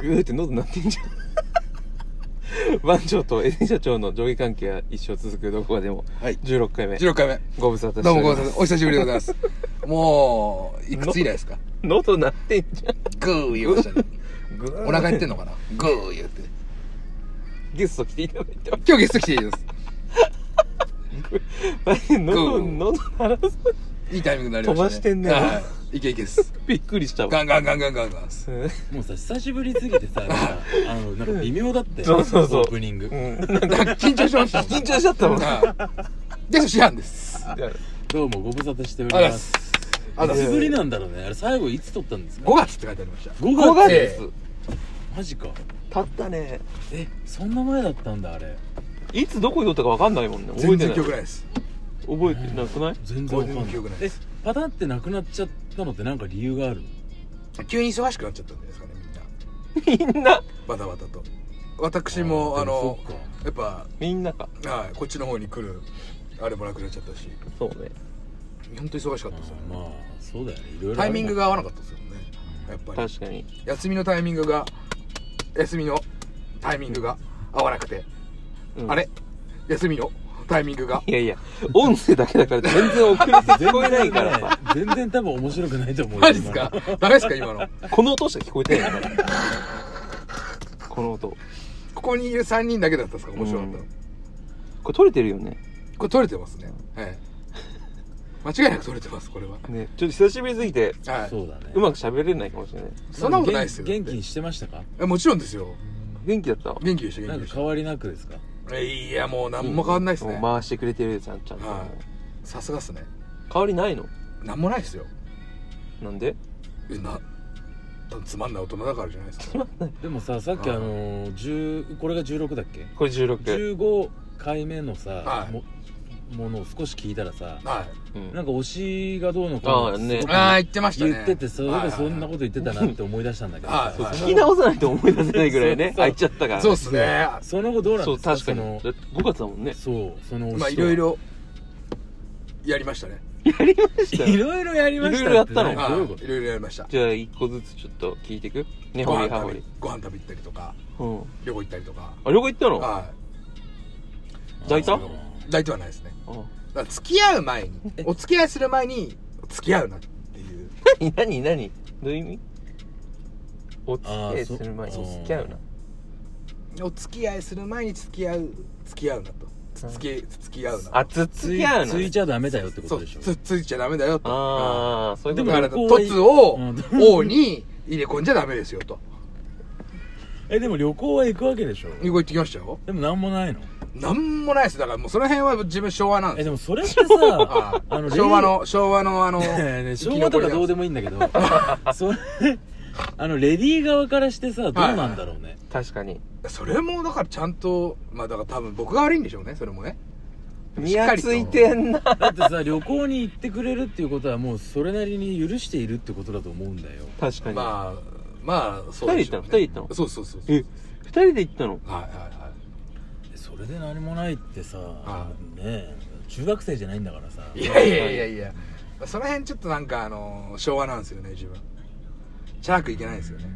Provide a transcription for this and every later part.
グーって喉鳴ってんじゃん番長とエディ社長の上下関係は一生続くどこかでも、 はい、 16回目ご無沙汰しております。 どうもご無沙汰、お久しぶりでございますもういくつ以来ですか？ 喉鳴ってんじゃん。 グー言いましたねグーお腹減ってんのかなグー言ってゲスト来ていただいてます。 今日ゲスト来ていいです喉鳴らすいいタイミングになりましたね。 飛ばしてんね。 はい、いけいけです。 びっくりしたわ。 ガンガンガンガンガンガン。 もうさ、久しぶりすぎてさ、なんか微妙だったよ。 そうそうそう。 オープニング。 なんか緊張しました。 緊張しちゃったもん。 ゲストシアンです。 どうもご無沙汰しております。いつぶりなんだろうね。あれ最後いつ撮ったんですか？ 5月って書いてありました。 5月です。 マジか。 経ったね。 そんな前だったんだあれ。 いつどこで撮ったか分かんないもんね。覚えてない。 全然記憶ないです。 覚えてなくない？ 全然わかんない。 記憶ないです。 パタンってなくなっちゃったのってなんか理由がある？ 急に忙しくなっちゃったんじゃないですかね、みんなバタバタと。私もやっぱみんなか、 はい、こっちの方に来るあれもなくなっちゃったし。 そうね、 本当に忙しかったですよね。 まあそうだよね、いろいろタイミングが合わなかったですよね、やっぱり。 確かに休みのタイミングが合わなくて、あれ休みのタイミングが、 いやいや音声だけだから全然遅れて聞こえないからさ全然多分面白くないと思うよ。 マジっすか？ダメですか今の？ この音しか聞こえてないからこの音。 ここにいる3人だけだったんですか？面白かったの。 これ撮れてるよね。 これ撮れてますね。はい。間違いなく撮れてます、これはね。ちょっと久しぶりすぎて、 はい、 そうだね、 うまく喋れないかもしれない。 そんなことないですよ。 元気にしてましたか？ もちろんですよ。 元気だった？ 元気でした、元気でした。 なんか変わりなくですか？ いやもう何も変わんないですね。 回してくれてるちゃんと。 さすがっすね。 変わりないの？ 何もないですよ。 なんで？ 多分つまんない大人だからじゃないですか。 でもさ、さっきこれが16だっけ？ これ16。 15回目のさ、ものを少し聞いたらさ、なんか推しがどうのこうの言ってましたね。 言ってて、そんなこと言ってたなって思い出したんだけど、 聞き直さないと思い出せないぐらいね入っちゃったから。 そうっすね。 その後どうなんですか？ そう、確かに5月だもんね。 そう、その推しまあいろいろやりましたね。 やりました。 いろいろやりました。 いろいろやったの？ いろいろやりました。 じゃあ1個ずつちょっと聞いていく？根掘り葉掘り。 ご飯食べ行ったりとか、旅行行ったりとか。 あ、旅行行ったの？ はい。 抱いた？ 抱いてはないですね。だから付き合う前に、お付き合いする前に付き合うなっていう。 何どういう意味？お付き合いする前に付き合うな。 お付き合いする前に付き合うなと。付き合うな。 あ、付き合うな。 ついちゃダメだよってことでしょ？ ついちゃダメだよと。 ああ、そういうことだから凸を王に入れ込んじゃダメですよと。 でも旅行は行くわけでしょ？ 旅行行ってきましたよ。 でもなんもないの？ なんもないです。だからもうその辺は自分昭和なんです。 でもそれってさ昭和の昭和とかどうでもいいんだけどそれレディー側からしてさ、どうなんだろうね。 確かにそれもだからちゃんと、まあだから多分僕が悪いんでしょうね、それもね。 見やついてんな。 だってさ、旅行に行ってくれるっていうことはもうそれなりに許しているってことだと思うんだよ。 確かに。 まあそうでしょうね。 2人行ったの？ そう 2人で行ったの？ はい。 それで何もないってさ、ね、中学生じゃないんだからさ。 いやその辺ちょっとなんか昭和なんですよね、自分。チャークいけないんですよね。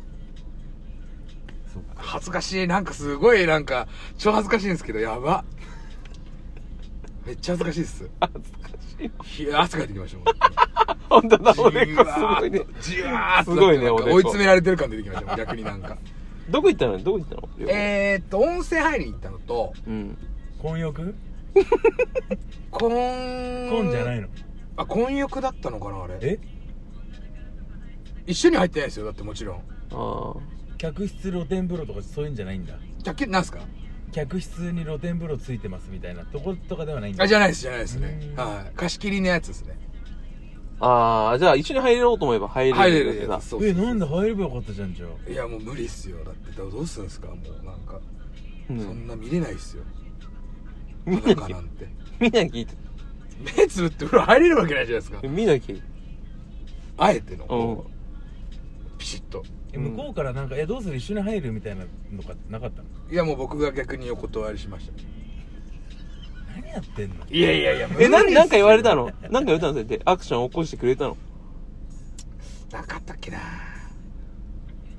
恥ずかしい。なんかすごいなんか超恥ずかしいんですけど、やば。めっちゃ恥ずかしいっす。 恥ずかしい。 いや、汗かいてきましたもん。本当だ、俺がすごいね。 じわーっとすごいね、俺。 追い詰められてる感出てきました。逆になんか。 どこ行ったの？温泉入りに行ったのと、 混浴？ 混じゃないの？あ、 混浴だったのかな、あれ。一緒に入ってないですよ、だってもちろん。 客室露天風呂とかそういうんじゃないんだ。 なんすか？ 客室に露天風呂ついてますみたいなとことかではないんだ。 じゃないですね。はい。貸し切りのやつですね。 じゃあ一緒に入ろうと思えば入れるやつ。 なんで入ればよかったじゃん、じゃあ。 いやもう無理っすよ。だってどうするんですか、もうなんか、そんな見れないっすよ。裸なんて。 見なきゃ。 目つぶって風呂入れるわけないじゃないですか。 見なきゃ。 あえてのピシッと。 向こうからなんかどうする一緒に入るみたいなのがなかったの？ いやもう僕が逆にお断りしました。 何やってんの？ いやなんか言われたの？なんか言われたの？ってアクション起こしてくれたの？ なかったっけな。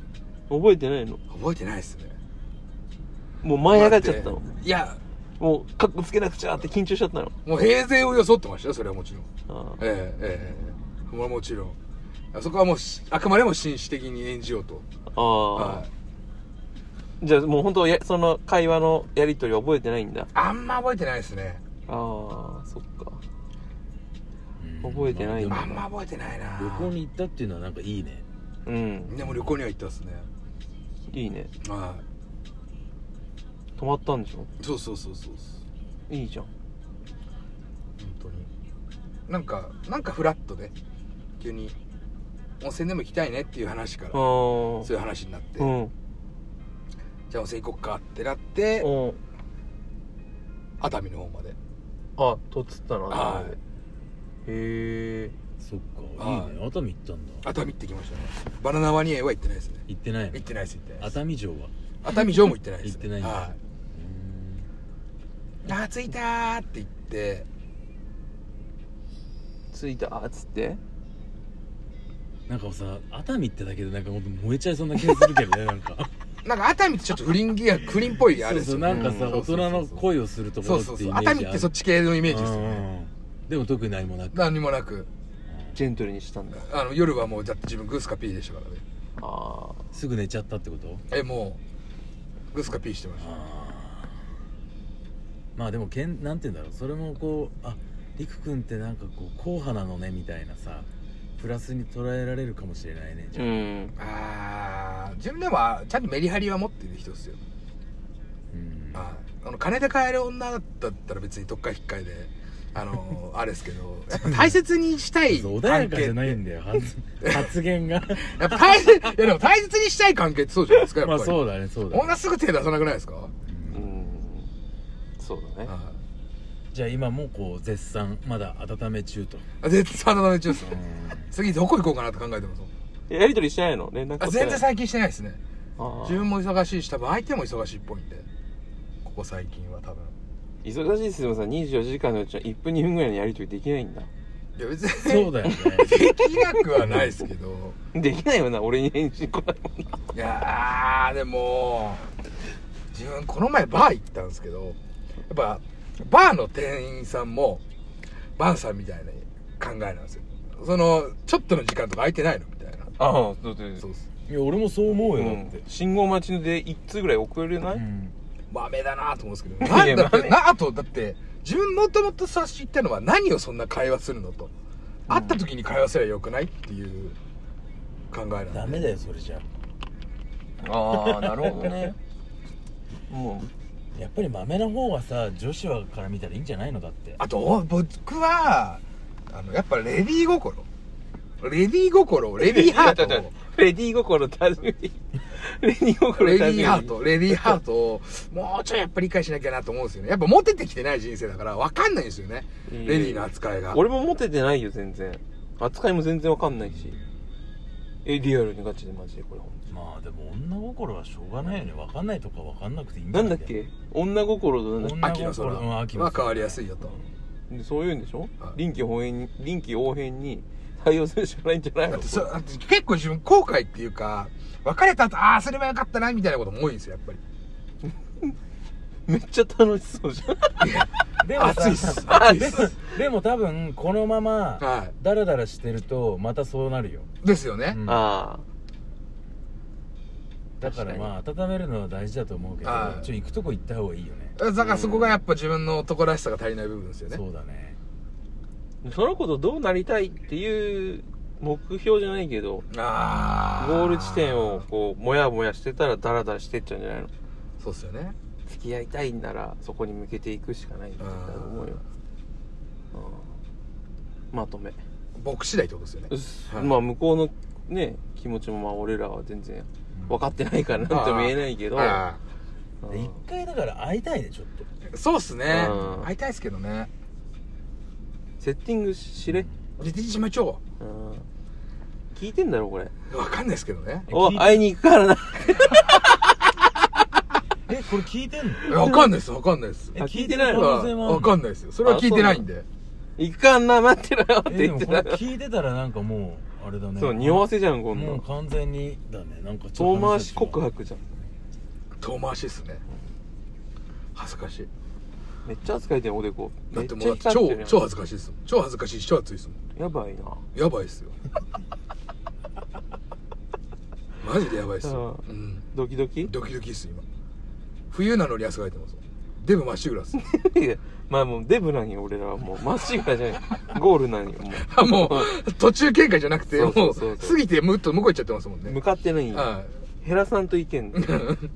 覚えてないの？ 覚えてないっすね。 もう舞い上がっちゃったの？ いや、 もうカッコつけなくちゃって緊張しちゃったの？ もう平然を装ってましたよ、それはもちろん。 あもちろん。そこはもうあくまでも紳士的に演じようと。 あ、はい、じゃあもう本当その会話のやり取り覚えてないんだ？ あんま覚えてないですね。 ああ、そっか。覚えてないんだ。 あんま覚えてないな。 旅行に行ったっていうのはなんかいいね。 うん。 でも旅行には行ったっすね。 いいね。 はい。 泊まったんでしょ？ そう。 いいじゃん。 本当に。なんかフラッとね、急に温泉でも行きたいねっていう話からそういう話になって、じゃあ温泉行こっかってなって、熱海の方まで。 あ、とつったの？ はい。 へえ。 そっか、いいね。熱海行ったんだ。 熱海行ってきましたね。バナナワニ園は行ってないですね。 行ってないの？ 行ってないです。 熱海城は？ 熱海城も行ってないです。 行ってないんだ。 はい。あー着いたーって言って、 着いたーっつって、 なんかさ、熱海ってだけでなんかほんと燃えちゃいそうな気がするけどね。なんか熱海ってちょっと不倫っぽいあれですよね。 なんかさ、大人の恋をするところっていうイメージ。 熱海ってそっち系のイメージですよね。 でも特に何もなく。 ジェントルにしたんだ。 夜はもうだって自分グースかピーでしたからね。 ああ、すぐ寝ちゃったってこと？ もうグースかピーしてました。 まあでもなんて言うんだろう、それもこう、りくくんってなんかこう硬派なのねみたいなさ、プラスに捉えられるかもしれないね。じゃあ自分ではちゃんとメリハリは持ってる人ですよ。金で買える女だったら別にどっか引っかいであれですけど、やっぱ大切にしたい関係穏やかじゃないんだよ、発言が。 やっぱでも大切にしたい関係ってそうじゃないですか、やっぱり。 まあそうだね。 女すぐ手出さなくないですか？ そうだね。 じゃあ今もこう絶賛まだ温め中と。 絶賛温め中ですよ。次どこ行こうかなって考えてます。 やりとりしてないの？連絡全然最近してないですね。自分も忙しいし、多分相手も忙しいっぽいんで、ここ最近は多分忙しいですよ。さ、24時間のうちの1分2分ぐらいのやりとりできないんだ。 いや別にそうだよね。 できなくはないですけど。 できないよな、俺に返信来ないもんな。 いやでも自分この前バー行ったんですけど、やっぱバーの店員さんもバンさんみたいな考えなんですよ。ちょっとの時間とか空いてないのみたいな。 そうです。 いや俺もそう思うよ。だって信号待ちで1通ぐらい遅れない？ 豆だなと思うんですけど、なんだってあとだって自分もともと察し言ったのは、何をそんな会話するのと、会った時に会話すればよくないっていう考えなんで。 ダメだよそれじゃ。 なるほどね。もうやっぱり豆な方がさ、女子はから見たらいいんじゃないの？だってあと僕はやっぱレディー心レディーハートレディー心って初めてレディーハートをもうちょいやっぱり理解しなきゃなと思うんですよね。やっぱモテてきてない人生だから分かんないんですよね、レディーの扱いが。 俺もモテてないよ、全然。扱いも全然分かんないし。リアルにガチでマジでこれ。 まあでも女心はしょうがないよね。分かんないとか分かんなくていいんだよ。 なんだっけ、女心となんだっけ、 秋の空は変わりやすいよと。 でそういうんでしょ、臨機応変に対応するしかないんじゃないの？ だって結構自分後悔っていうか、別れた後すればよかったなみたいなことも多いんですよ、やっぱり。 めっちゃ楽しそうじゃん。 でも熱いっす。 でも多分このままダラダラしてるとまたそうなるよ。 ですよね。 だからまあ温めるのは大事だと思うけど、行くとこ行った方がいいよね。 だからそこがやっぱ自分の男らしさが足りない部分ですよね。 そうだね。 その子とどうなりたいっていう目標じゃないけど、ゴール地点をこうもやもやしてたらダラダラしてっちゃうんじゃないの？ そうっすよね。 付き合いたいんならそこに向けていくしかないんだと思うよ。まとめ僕次第ってことですよね。 まあ向こうのね気持ちもまあ俺らは全然分かってないからなんとも言えないけど、 一回だから会いたいね、ちょっと。そうっすね、会いたいっすけどね。 セッティングしれしましょう。聞いてんだろこれ。 分かんないですけどね。 会いに行くからな。 これ聞いてんの？ 分かんないです。 聞いてないの？ 分かんないですよ。それは聞いてないんで。 行かんな、待ってろよって言ってた。 聞いてたらなんかもうあれだね。 そう、匂わせじゃん、こんなもうの。 完全にだね。なんかちょ遠っと回し告白じゃん。 遠回しっすね。恥ずかしい。 めっちゃ汗かいてん、おでこ。 だってもうめっちゃ光ってるやん超恥ずかしいっすもん。超恥ずかしいし超暑いっすもん。 やばいな。 やばいっすよ。マジでやばいっすよ。 ううん。 ドキドキドキドキっす今。冬なのに汗かいてます。デブまっしぐらっす。 いや、まあもうデブなんよ、俺らはもう。まっしぐらじゃない。ゴールなんよ、もう。 あ、もう、途中経過じゃなくて、 そうもうそうそう、 過ぎてむっと向こう行っちゃってますもんね。 向かってないんよ。 は減らさんといけんの。 い。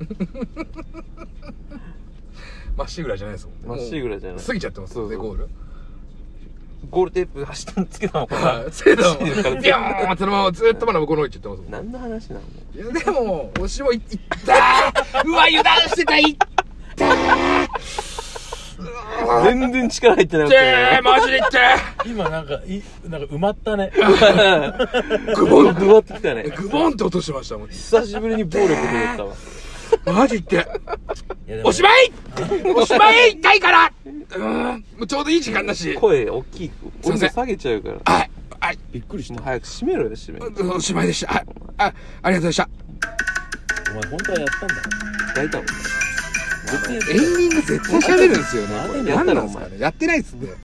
まっしぐらじゃないですもんね。 まっしぐらじゃないもう過ぎちゃってますもんね、 そうそうゴール。 ゴールテープ走ったつけたのかな。 はい。せいだもん。ビヨーンってそのままずっとまだ向こうの方行っちゃってますもん。 何の話なの？ いや、でも、推しもいったーうわ、油断してたいったー全然力入ってなかってたーマジでいって今なんか埋まったね。 ーグボングワってきたね。 グボンって落としてましたもん。 久しぶりに暴力振るったわ。 マジっていやでもおしまいおしまい痛いからもうちょうどいい時間だし。 声大きい。 すいません音下げちゃうから。 はい。はい。 びっくりした。 もう早く閉めろよ、閉めろ。 おしまいでした。はい。ありがとうございました。 お前本当はやったんだ。 大体もん。 絶対やったエンディング絶対喋るんですよね。これやったの何なんですかね。やってないっすね。